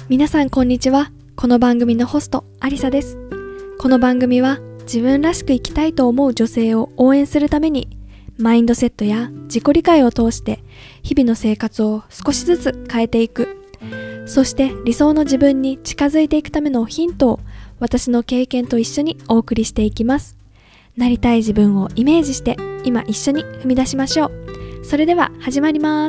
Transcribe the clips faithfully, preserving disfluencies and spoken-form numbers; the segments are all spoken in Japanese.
皆さんこんにちは。この番組のホストアリサです。この番組は自分らしく生きたいと思う女性を応援するために、マインドセットや自己理解を通して日々の生活を少しずつ変えていく、そして理想の自分に近づいていくためのヒントを私の経験と一緒にお送りしていきます。なりたい自分をイメージして今一緒に踏み出しましょう。それでは始まります。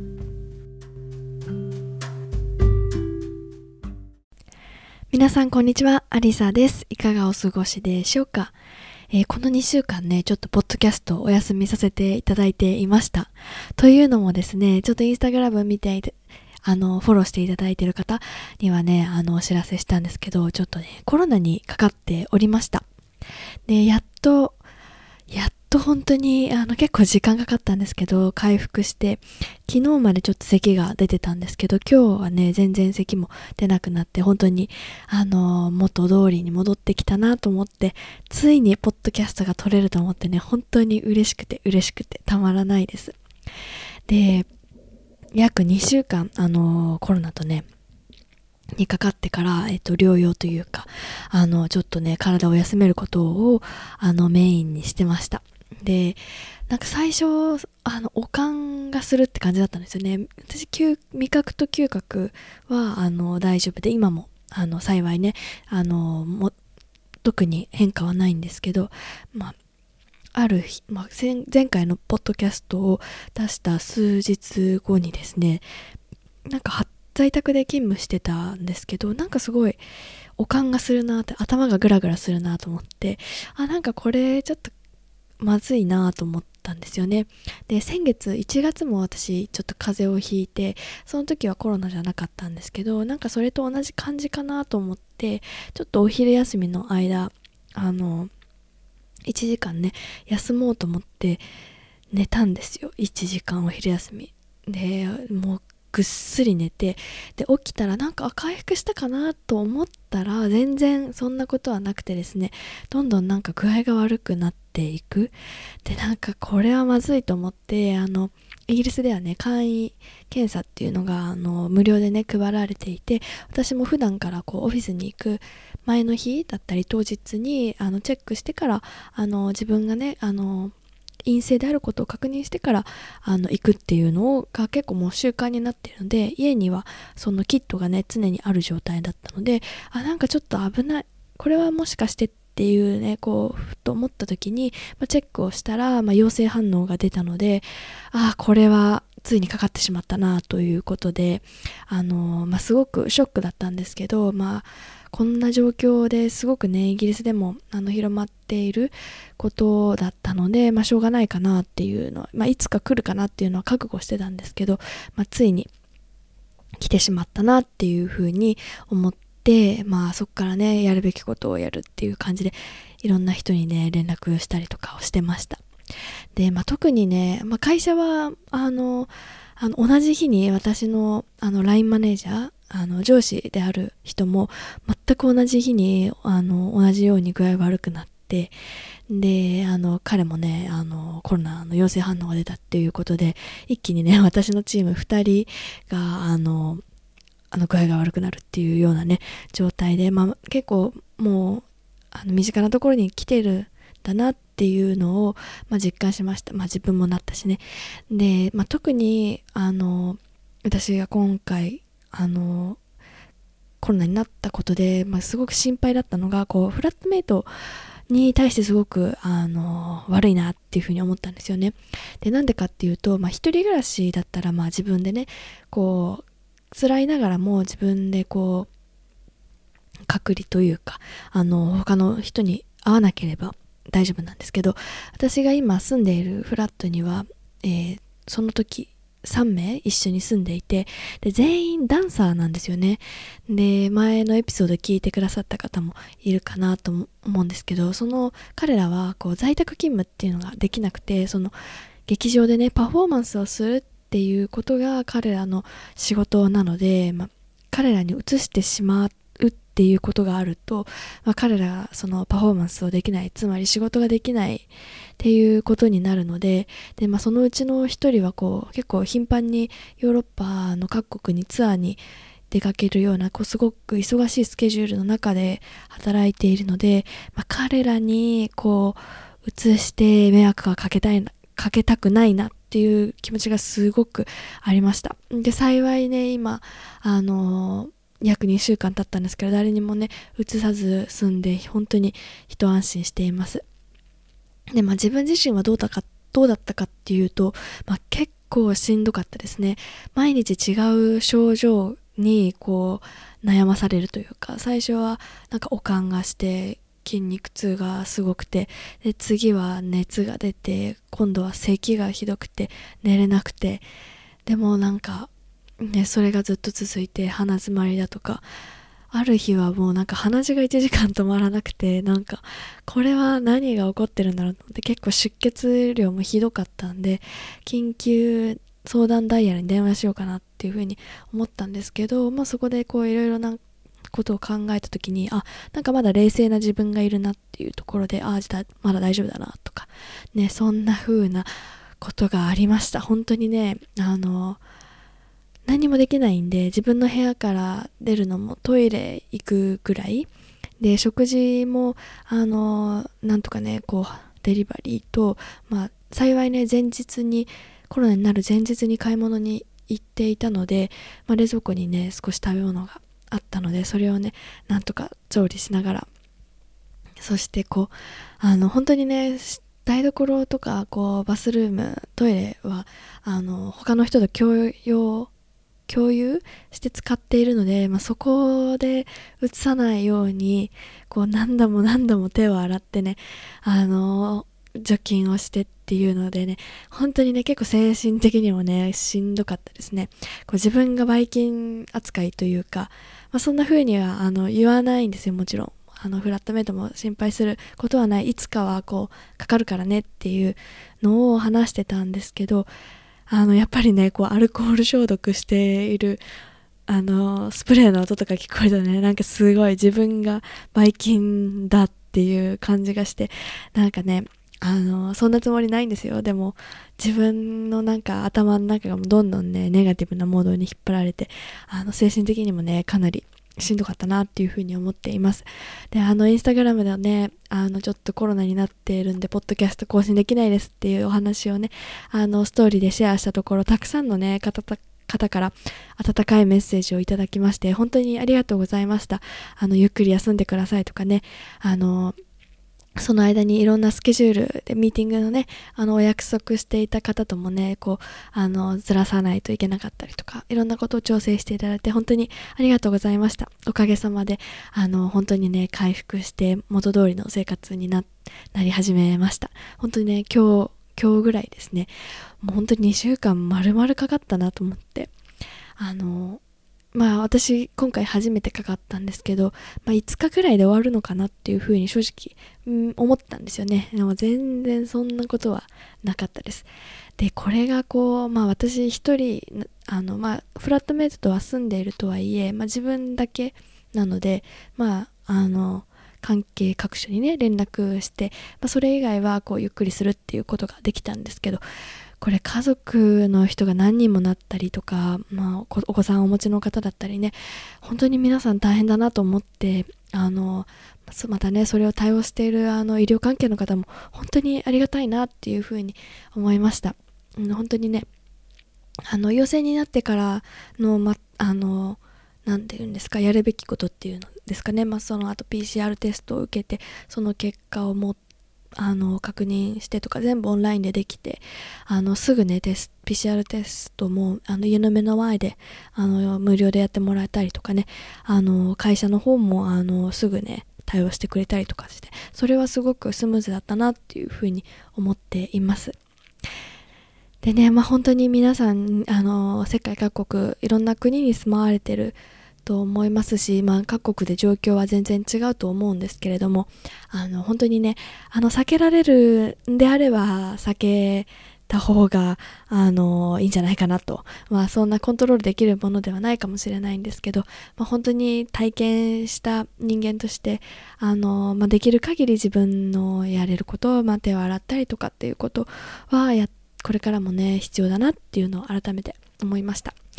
皆さんこんにちは、アリサです。いかがお過ごしでしょうか。えー、このにしゅうかんね、ちょっとポッドキャストをお休みさせていただいていました。というのもですね、ちょっとインスタグラム見ていて、あの、フォローしていただいている方にはね、あの、お知らせしたんですけど、ちょっとね、コロナにかかっておりました。で、やっと、やっと本当にあの結構時間かかったんですけど回復して、昨日までちょっと咳が出てたんですけど、今日はね全然咳も出なくなって、本当にあの元通りに戻ってきたなと思って、ついにポッドキャストが撮れると思ってね、本当に嬉しくて嬉しくてたまらないです。で、約にしゅうかんあのコロナとねにかかってから、えっと、療養というか、あの、ちょっとね、体を休めることを、あの、メインにしてました。で、なんか最初、あの、悪寒がするって感じだったんですよね。私、味覚と嗅覚は、あの、大丈夫で、今も、あの、幸いね、あの、も、特に変化はないんですけど、まあ、ある日、まあ、前回のポッドキャストを出した数日後にですね、なんか在宅で勤務してたんですけど、なんかすごい悪寒がするなって、頭がグラグラするなと思って、あ、なんかこれちょっとまずいなと思ったんですよね。で、先月いちがつも私ちょっと風邪をひいて、その時はコロナじゃなかったんですけど、なんかそれと同じ感じかなと思って、ちょっとお昼休みの間、あのいちじかんね休もうと思って寝たんですよ。いちじかんお昼休みで、もうぐっすり寝て、で起きたらなんか回復したかなと思ったら、全然そんなことはなくてですね、どんどんなんか具合が悪くなっていく。で、なんかこれはまずいと思って、あのイギリスではね、簡易検査っていうのがあの無料でね配られていて、私も普段からこうオフィスに行く前の日だったり当日にあのチェックしてから、あの自分がねあの陰性であることを確認してからあの行くっていうのが結構もう習慣になっているので、家にはそのキットがね常にある状態だったので、あ、なんかちょっと危ない、これはもしかしてっていうね、こうふと思った時に、まあ、チェックをしたら、まあ、陽性反応が出たので、あ、これはついにかかってしまったなということで、あのまあ、すごくショックだったんですけど、まあこんな状況ですごくねイギリスでもあの広まっていることだったので、まあしょうがないかなっていうのは、まあいつか来るかなっていうのは覚悟してたんですけど、まあついに来てしまったなっていうふうに思って、まあそっからねやるべきことをやるっていう感じで、いろんな人にね連絡したりとかをしてました。で、まあ特にね、まあ会社はあのあの同じ日に私のあの ライン マネージャー、あの上司である人も全く同じ日にあの同じように具合悪くなって、であの彼もねあのコロナの陽性反応が出たっていうことで、一気にね私のチームふたりがあのあの具合が悪くなるっていうようなね状態で、まあ、結構もうあの身近なところに来てるんだなっていうのを、まあ、実感しました。まあ自分もなったしね。で、まあ、特にあの私が今回あのコロナになったことで、まあ、すごく心配だったのが、こうフラットメイトに対してすごくあの悪いなっていうふうに思ったんですよね。で、なんでかっていうと、まあ、一人暮らしだったらまあ自分でねこう辛いながらも自分でこう隔離というか、あの他の人に会わなければ大丈夫なんですけど、私が今住んでいるフラットには、えー、その時さんめい一緒に住んでいて、で全員ダンサーなんですよね。で、前のエピソード聞いてくださった方もいるかなと思うんですけど、その彼らはこう在宅勤務っていうのができなくて、その劇場でねパフォーマンスをするっていうことが彼らの仕事なので、まあ、彼らに移してしまうっていうことがあると、まあ、彼らがそのパフォーマンスをできない、つまり仕事ができないっていうことになるので、で、まあ、そのうちの一人はこう結構頻繁にヨーロッパの各国にツアーに出かけるようなこうすごく忙しいスケジュールの中で働いているので、まあ、彼らにこう移して迷惑はかけたいなかけたくないなっていう気持ちがすごくありました。で幸いね今あの約にしゅうかん経ったんですけど、誰にもね移さず済んで本当に一安心しています。でまあ自分自身はどうだかどうだったかっていうと、まあ、結構しんどかったですね。毎日違う症状にこう悩まされるというか、最初はなんか悪寒がして筋肉痛がすごくて、で次は熱が出て、今度は咳がひどくて寝れなくて、でもなんかねそれがずっと続いて鼻詰まりだとか、ある日はもうなんか鼻血がいちじかん止まらなくて、なんかこれは何が起こってるんだろうって、結構出血量もひどかったんで緊急相談ダイヤルに電話しようかなっていうふうに思ったんですけど、まあそこでこういろいろなことを考えた時に、あ、なんかまだ冷静な自分がいるなっていうところで、あ、じゃあまだ大丈夫だなとかね、そんな風なことがありました。本当にね、あの何もできないんで、自分の部屋から出るのもトイレ行くぐらいで、食事もあのなんとかねこうデリバリーと、まあ幸いね前日にコロナになる前日に買い物に行っていたので、まあ、冷蔵庫にね少し食べ物があったので、それをねなんとか調理しながら、そしてこうあの本当にね台所とかこうバスルームトイレはあの他の人と共用共有して使っているので、まあ、そこで移さないようにこう何度も何度も手を洗ってね、あの除菌をしてっていうのでね、本当にね結構精神的にもねしんどかったですね。こう自分がばい菌扱いというか、まあ、そんな風にはあの言わないんですよ。もちろんあのフラットメイトも心配することはない、いつかはこうかかるからねっていうのを話してたんですけど、あのやっぱりねこうアルコール消毒しているあのスプレーの音とか聞こえるとね、なんかすごい自分がばい菌だっていう感じがして、なんかねあのそんなつもりないんですよ。でも自分のなんか頭の中がどんどんねネガティブなモードに引っ張られて、あの精神的にもねかなりしんどかったなっていうふうに思っています。で、あのインスタグラムではね、あのちょっとコロナになっているんでポッドキャスト更新できないですっていうお話をね、あのストーリーでシェアしたところ、たくさんのね方方から温かいメッセージをいただきまして、本当にありがとうございました。あのゆっくり休んでくださいとかね、あのその間にいろんなスケジュールでミーティングのねあのお約束していた方ともねこうあのずらさないといけなかったりとか、いろんなことを調整していただいて本当にありがとうございました。おかげさまであの本当にね回復して元通りの生活に な, なり始めました。本当にね今日今日ぐらいですね、もう本当ににしゅうかん丸々かかったなと思って、あのまあ私今回初めてかかったんですけど、まあ、いつかぐらいで終わるのかなっていうふうに正直、うん、思ったんですよね。でも全然そんなことはなかったです。でこれがこう、まあ、私一人あの、まあ、フラットメイトとは住んでいるとはいえ、まあ、自分だけなので、まああの関係各所にね連絡して、まあ、それ以外はこうゆっくりするっていうことができたんですけど、これ家族の人が何人もなったりとか、まあ、お子さんをお持ちの方だったりね、本当に皆さん大変だなと思って、あのまたねそれを対応しているあの医療関係の方も本当にありがたいなっていうふうに思いました。うん、本当にねあの陽性になってからの、ま、あのなんていうんですか、やるべきことっていうのですかね、まあ、その後 ピーシーアール テストを受けてその結果を持ってあの確認してとか全部オンラインでできて、あのすぐねテス ピーシーアール テストもあの家の目の前であの無料でやってもらえたりとかね、あの会社の方もあのすぐね対応してくれたりとかして、それはすごくスムーズだったなっていうふうに思っています。でね、まあ本当に皆さんあの世界各国いろんな国に住まわれてると思いますし、まあ、各国で状況は全然違うと思うんですけれども、あの本当にねあの避けられるんであれば避けた方があのいいんじゃないかなと、まあ、そんなコントロールできるものではないかもしれないんですけど、まあ、本当に体験した人間としてあの、まあ、できる限り自分のやれることを、まあ、手を洗ったりとかっていうことはやこれからもね必要だなっていうのを改めて思いました。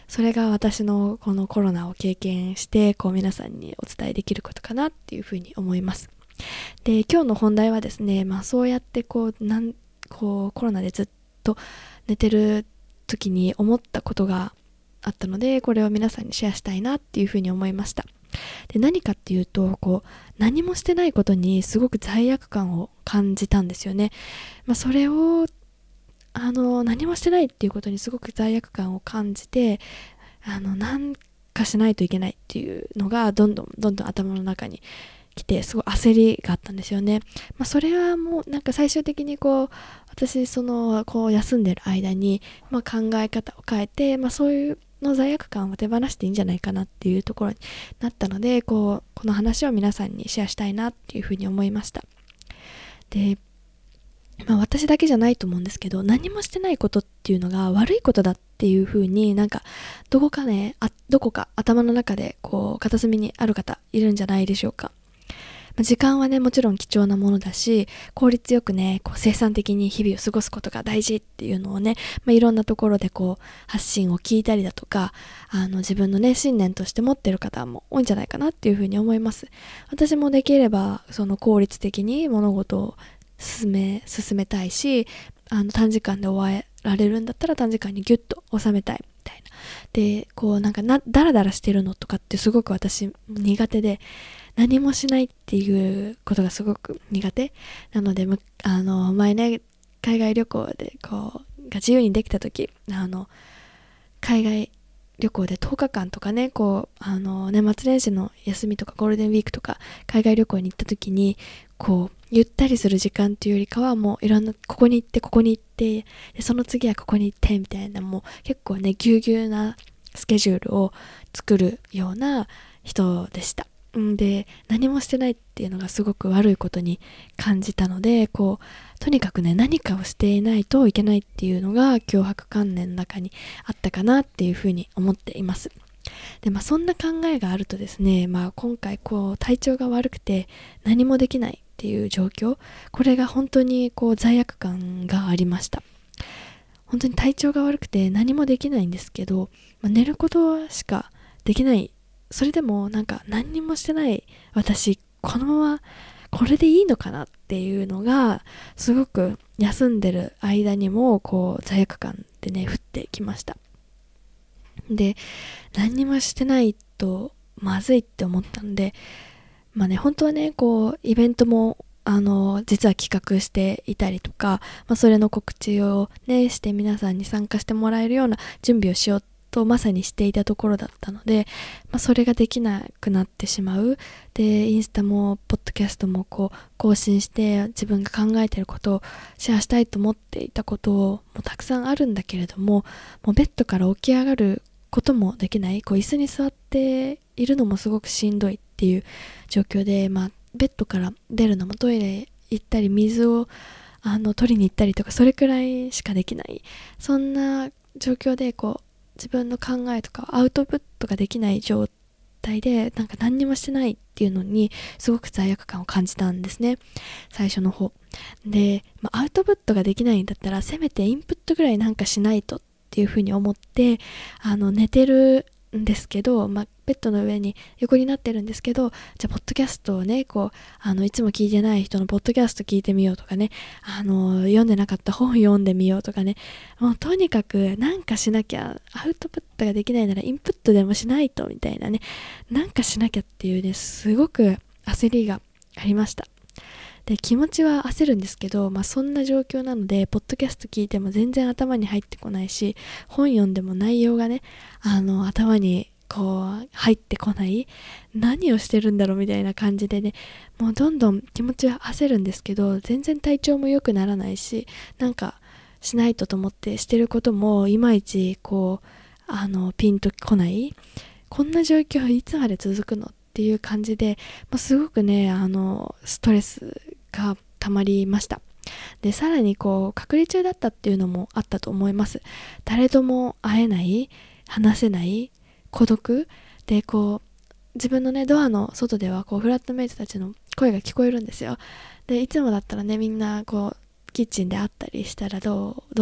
それが私のこのコロナを経験してこう皆さんにお伝えできることかなっていうふうに思います。で、今日の本題はですね、まあそうやってこうなんこうコロナでずっと寝てる時に思ったことがあったので、これを皆さんにシェアしたいなっていうふうに思いました。で、何かっていうと、こう何もしてないことにすごく罪悪感を感じたんですよね。まあ、それをあの何もしてないっていうことにすごく罪悪感を感じて、あのなんかしないといけないっていうのがどんどんどんどん頭の中に来て、すごい焦りがあったんですよね。まあ、それはもうなんか最終的にこう私そのこう休んでる間に、まあ、考え方を変えて、まあ、そういうの罪悪感を手放していいんじゃないかなっていうところになったので、こうこの話を皆さんにシェアしたいなっていうふうに思いました。で、まあ、私だけじゃないと思うんですけど、何もしてないことっていうのが悪いことだっていう風になんかどこかねあどこか頭の中でこう片隅にある方いるんじゃないでしょうか。まあ、時間はねもちろん貴重なものだし、効率よくねこう生産的に日々を過ごすことが大事っていうのをね、まあ、いろんなところでこう発信を聞いたりだとか、あの自分のね信念として持ってる方も多いんじゃないかなっていう風に思います。私もできればその効率的に物事を進め進めたいし、あの短時間で終えられるんだったら短時間にギュッと収めたいみたいな。で、こうなんかなダラダラしてるのとかってすごく私苦手で、何もしないっていうことがすごく苦手なので、あの前ね海外旅行でこうが自由にできた時、あの海外旅行でとおかかんとかね、こうあの年末年始の休みとかゴールデンウィークとか海外旅行に行った時に、こうゆったりする時間っていうよりかはもういろんなここに行ってここに行ってでその次はここに行ってみたいな、もう結構ねぎゅうぎゅうなスケジュールを作るような人でした。んで、何もしてないっていうのがすごく悪いことに感じたので、こうとにかくね何かをしていないといけないっていうのが強迫観念の中にあったかなっていうふうに思っています。で、まあそんな考えがあるとですね、まあ今回こう体調が悪くて何もできないっていう状況、これが本当にこう罪悪感がありました。本当に体調が悪くて何もできないんですけど、まあ、寝ることしかできない。それでもなんか何にもしてない私、このままこれでいいのかなっていうのがすごく休んでる間にもこう罪悪感でね降ってきました。で、何にもしてないとまずいって思ったんで、まあね本当はねこうイベントもあの実は企画していたりとか、まあ、それの告知をねして皆さんに参加してもらえるような準備をしようとまさにしていたところだったので、まあ、それができなくなってしまう。で、インスタもポッドキャストもこう更新して自分が考えていることをシェアしたいと思っていたこともたくさんあるんだけれども、もうベッドから起き上がることもできない、こう椅子に座っているのもすごくしんどいっていう状況で、まあ、ベッドから出るのもトイレ行ったり水をあの取りに行ったりとか、それくらいしかできない、そんな状況でこう自分の考えとかアウトプットができない状態で、なんか何にもしてないっていうのにすごく罪悪感を感じたんですね、最初の方で。まあ、アウトプットができないんだったらせめてインプットぐらいなんかしないとっていうふうに思って、あの寝てるんですけど、まあ、ベッドの上に横になってるんですけど、じゃあポッドキャストをねこうあのいつも聞いてない人のポッドキャスト聞いてみようとかね、あの読んでなかった本読んでみようとかね、もうとにかくなんかしなきゃ、アウトプットができないならインプットでもしないとみたいなね、なんかしなきゃっていうねすごく焦りがありました。で、気持ちは焦るんですけど、まあ、そんな状況なのでポッドキャスト聞いても全然頭に入ってこないし、本読んでも内容がねあの頭にこう入ってこない、何をしてるんだろうみたいな感じでね、もうどんどん気持ちは焦るんですけど、全然体調も良くならないし、なんかしないとと思ってしてることもいまいちこうあのピンとこない、こんな状況いつまで続くのっていう感じで、まあ、すごくねあのストレスが溜まりました。で、さらにこう隔離中だったっていうのもあったと思います。誰とも会えない、話せない、孤独で、こう自分のねドアの外ではこうフラットメイトたちの声が聞こえるんですよ。で、いつもだったらねみんなこうキッチンで会ったりしたらどうどう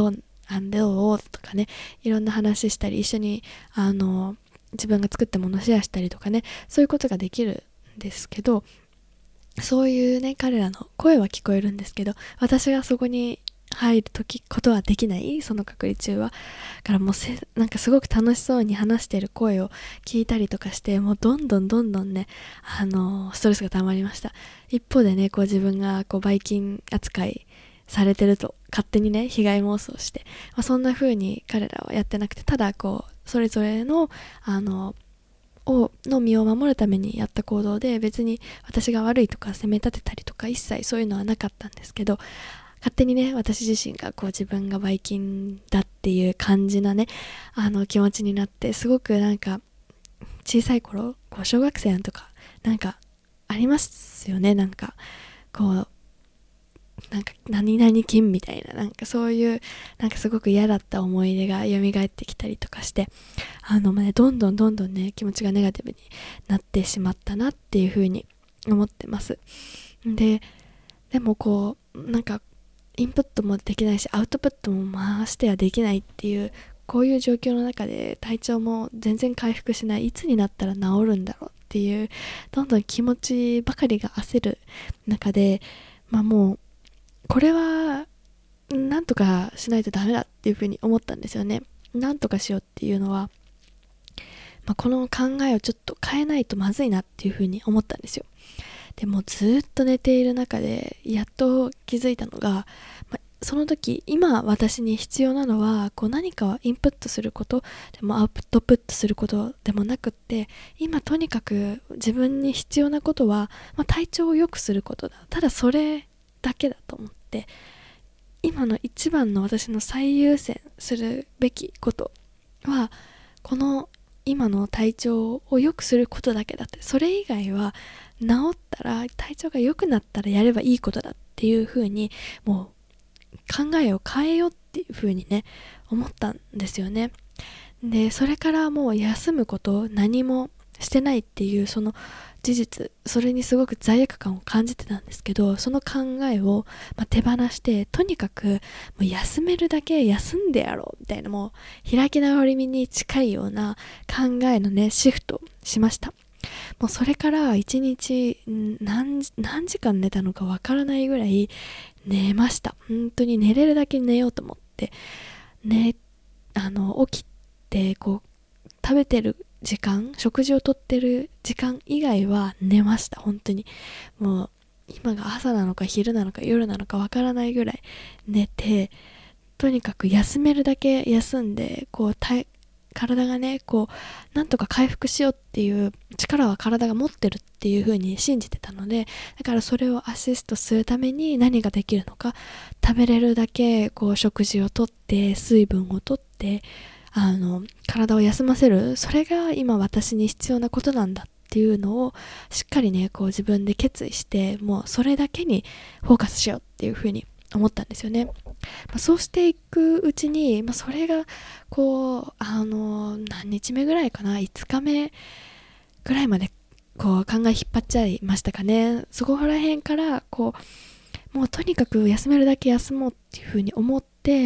あんどうとかね、いろんな話したり、一緒にあの自分が作ったものをシェアしたりとかね、そういうことができるんですけど、そういうね、彼らの声は聞こえるんですけど、私がそこに入るときことはできない、その隔離中は。だからもうせなんかすごく楽しそうに話してる声を聞いたりとかして、もうどんどんどんどんね、あのーストレスが溜まりました。一方でね、こう自分がこうバイキン扱いされてると勝手にね、被害妄想して、まあ、そんな風に彼らはやってなくて、ただこうそれぞれのあのをの身を守るためにやった行動で、別に私が悪いとか責め立てたりとか一切そういうのはなかったんですけど、勝手にね、私自身がこう自分がバイキンだっていう感じなね、あの気持ちになって、すごくなんか小さい頃、こう小学生とかなんかありますよね、なんかこうなんか何々金みたいな、なんかそういうなんかすごく嫌だった思い出が蘇ってきたりとかして、あの、まあね、どんどんどんどんね、気持ちがネガティブになってしまったなっていうふうに思ってます。で、でもこうなんかインプットもできないしアウトプットも回してはできないっていう、こういう状況の中で体調も全然回復しない、いつになったら治るんだろうっていう、どんどん気持ちばかりが焦る中で、まあもうこれはなんとかしないとダメだっていうふうに思ったんですよね。なんとかしようっていうのは、まあ、この考えをちょっと変えないとまずいなっていうふうに思ったんですよ。でもずっと寝ている中でやっと気づいたのが、まあ、その時今私に必要なのはこう何かをインプットすることでもアウトプットすることでもなくって、今とにかく自分に必要なことは、まあ、体調を良くすることだ、ただそれだけだと思って、今の一番の私の最優先するべきことはこの今の体調を良くすることだけだって、それ以外は治ったら体調が良くなったらやればいいことだっていう風に、もう考えを変えようっていう風にね思ったんですよね。でそれからもう休むこと、何もしてないっていうその事実、それにすごく罪悪感を感じてたんですけど、その考えを、まあ、手放して、とにかくもう休めるだけ休んでやろうみたいな、もう開き直りに近いような考えのねシフトしました。もうそれから一日何、何時間寝たのかわからないぐらい寝ました。本当に寝れるだけ寝ようと思ってね、あの起きてこう食べてる時間、食事をとってる時間以外は寝ました。本当にもう今が朝なのか昼なのか夜なのかわからないぐらい寝て、とにかく休めるだけ休んで、こう体体がねこうなんとか回復しようっていう力は体が持ってるっていう風に信じてたので、だからそれをアシストするために何ができるのか、食べれるだけこう食事をとって水分をとってあの体を休ませる、それが今私に必要なことなんだっていうのをしっかりねこう自分で決意して、もうそれだけにフォーカスしようっていう風に思ったんですよね。まあ、そうしていくうちに、まあ、それがこうあの何日目ぐらいかな、いつかめぐらいまでこう考え引っ張っちゃいましたかね。そこら辺からこうもうとにかく休めるだけ休もうっていう風に思って、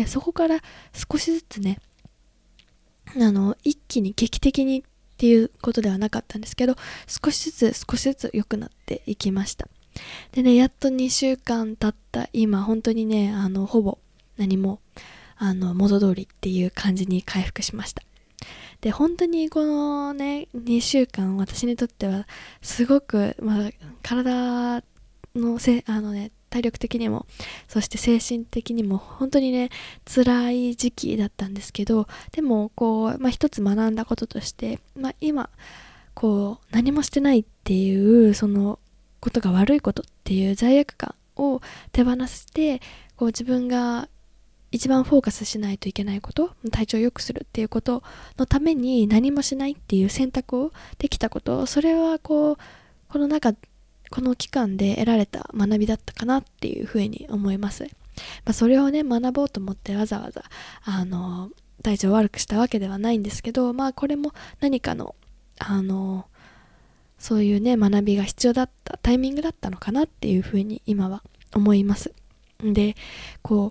そこから少しずつねあの一気に劇的にっていうことではなかったんですけど、少しずつ少しずつ良くなっていきました。でね、やっとにしゅうかん経った今、本当にねあのほぼ何もあの元通りっていう感じに回復しました。で本当にこのねにしゅうかん、私にとってはすごく、まあ、体のせあのね体力的にもそして精神的にも本当にね辛い時期だったんですけど、でもこう、まあ、一つ学んだこととして、まあ、今こう何もしてないっていうそのことが悪いことっていう罪悪感を手放してこう自分が一番フォーカスしないといけないこと、体調を良くするっていうことのために何もしないっていう選択をできたこと、それはこうこの中この期間で得られた学びだったかなっていうふうに思います。まあ、それをね学ぼうと思ってわざわざあの体調を悪くしたわけではないんですけど、まあこれも何かのあのそういうね学びが必要だったタイミングだったのかなっていうふうに今は思います。でこう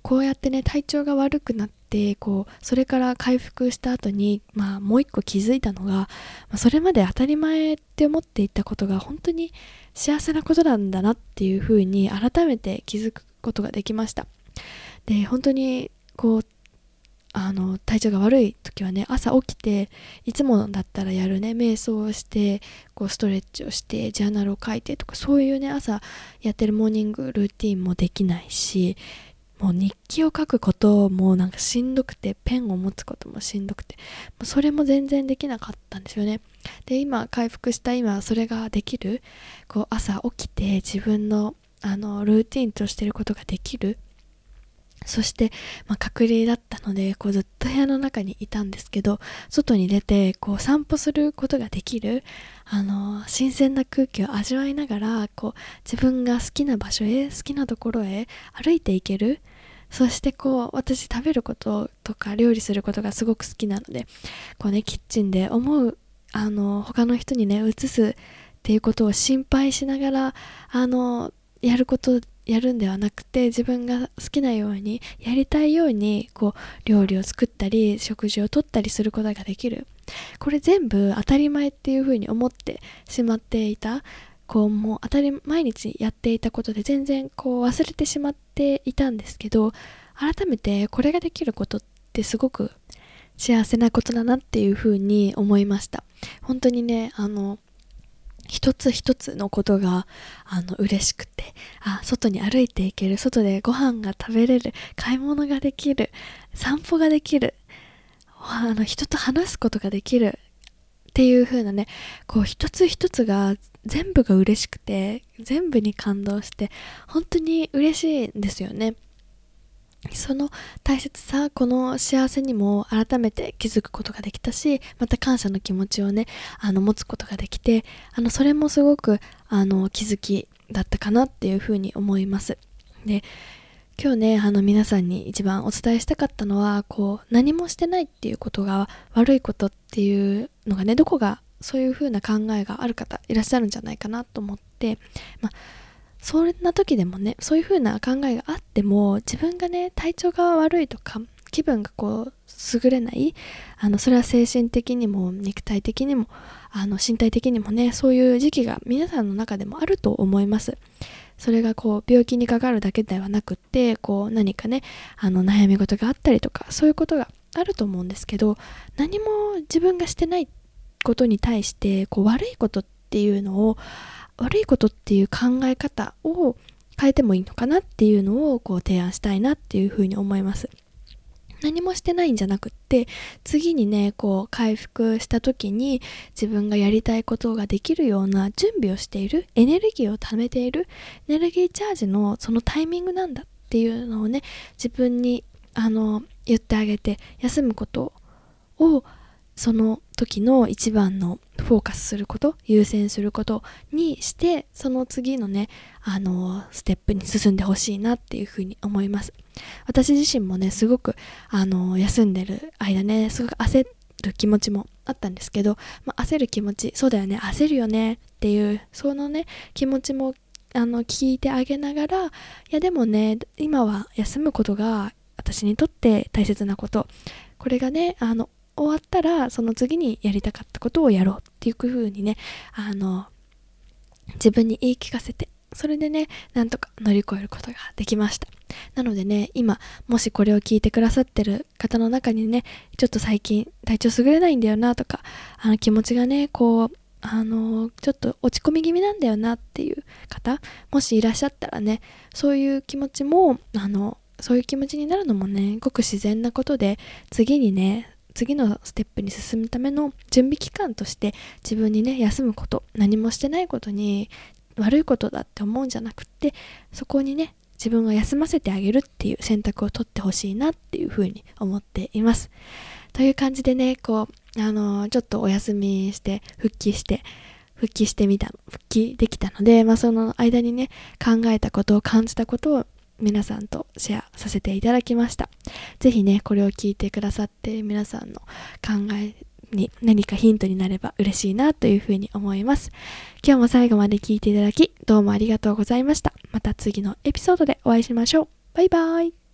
こうやってね体調が悪くなってこうそれから回復した後に、まあ、もう一個気づいたのが、まあ、それまで当たり前って思っていたことが本当に幸せなことなんだなっていうふうに改めて気づくことができました。で本当にこうあの体調が悪い時はね、朝起きていつもだったらやるね瞑想をしてこうストレッチをしてジャーナルを書いてとか、そういうね朝やってるモーニングルーティンもできないし、もう日記を書くこともなんかしんどくて、ペンを持つこともしんどくて、それも全然できなかったんですよね。で今回復した今それができる、こう朝起きて自分のあのルーティンとしてることができる。そして、まあ、隔離だったのでこうずっと部屋の中にいたんですけど、外に出てこう散歩することができる、あの新鮮な空気を味わいながらこう自分が好きな場所へ好きなところへ歩いていける。そしてこう私食べることとか料理することがすごく好きなので、こうねキッチンで思うあの他の人にね移すっていうことを心配しながらあのやることやるんではなくて、自分が好きなようにやりたいようにこう料理を作ったり食事をとったりすることができる。これ全部当たり前っていうふうに思ってしまっていた、こうもう当たり毎日やっていたことで全然こう忘れてしまっていたんですけど、改めてこれができることってすごく幸せなことだなっていうふうに思いました。本当にねあの一つ一つのことがあの嬉しくて、あ外に歩いていける、外でご飯が食べれる、買い物ができる、散歩ができる、あの人と話すことができるっていう風なね、こう一つ一つが全部が嬉しくて全部に感動して本当に嬉しいんですよね。その大切さ、この幸せにも改めて気づくことができたし、また感謝の気持ちをねあの持つことができて、あのそれもすごくあの気づきだったかなっていうふうに思います。で今日ねあの皆さんに一番お伝えしたかったのは、こう何もしてないっていうことが悪いことっていうのがね、どこがそういうふうな考えがある方いらっしゃるんじゃないかなと思って、まあそんな時でもね、そういう風な考えがあっても、自分がね体調が悪いとか気分がこう優れない、あのそれは精神的にも肉体的にもあの身体的にもね、そういう時期が皆さんの中でもあると思います。それがこう病気にかかるだけではなくって、こう何かねあの悩み事があったりとか、そういうことがあると思うんですけど、何も自分がしてないことに対してこう悪いことっていうのを悪いことっていう考え方を変えてもいいのかなっていうのをこう提案したいなっていうふうに思います。何もしてないんじゃなくって、次にねこう回復した時に自分がやりたいことができるような準備をしている、エネルギーを貯めている、エネルギーチャージのそのタイミングなんだっていうのをね自分にあの言ってあげて、休むことをその時の一番のフォーカスすること、優先することにして、その次のねあのステップに進んでほしいなっていうふうに思います。私自身もねすごくあの休んでる間ねすごく焦る気持ちもあったんですけど、まあ、焦る気持ち、そうだよね焦るよねっていうそのね気持ちもあの聞いてあげながら、いやでもね今は休むことが私にとって大切なこと、これがねあの終わったらその次にやりたかったことをやろうっていう風にねあの自分に言い聞かせて、それでねなんとか乗り越えることができました。なのでね今もしこれを聞いてくださってる方の中にね、ちょっと最近体調優れないんだよなとか、あの気持ちがねこうあのちょっと落ち込み気味なんだよなっていう方もしいらっしゃったらね、そういう気持ちもあのそういう気持ちになるのもねごく自然なことで、次にね次のステップに進むための準備期間として自分にね休むこと、何もしてないことに悪いことだって思うんじゃなくって、そこにね自分を休ませてあげるっていう選択を取ってほしいなっていうふうに思っています。という感じでねこうあのー、ちょっとお休みして復帰して復帰してみた復帰できたので、まあその間にね考えたことを感じたことを皆さんとシェアさせていただきました。ぜひねこれを聞いてくださって皆さんの考えに何かヒントになれば嬉しいなというふうに思います。今日も最後まで聞いていただきどうもありがとうございました。また次のエピソードでお会いしましょう。バイバイ。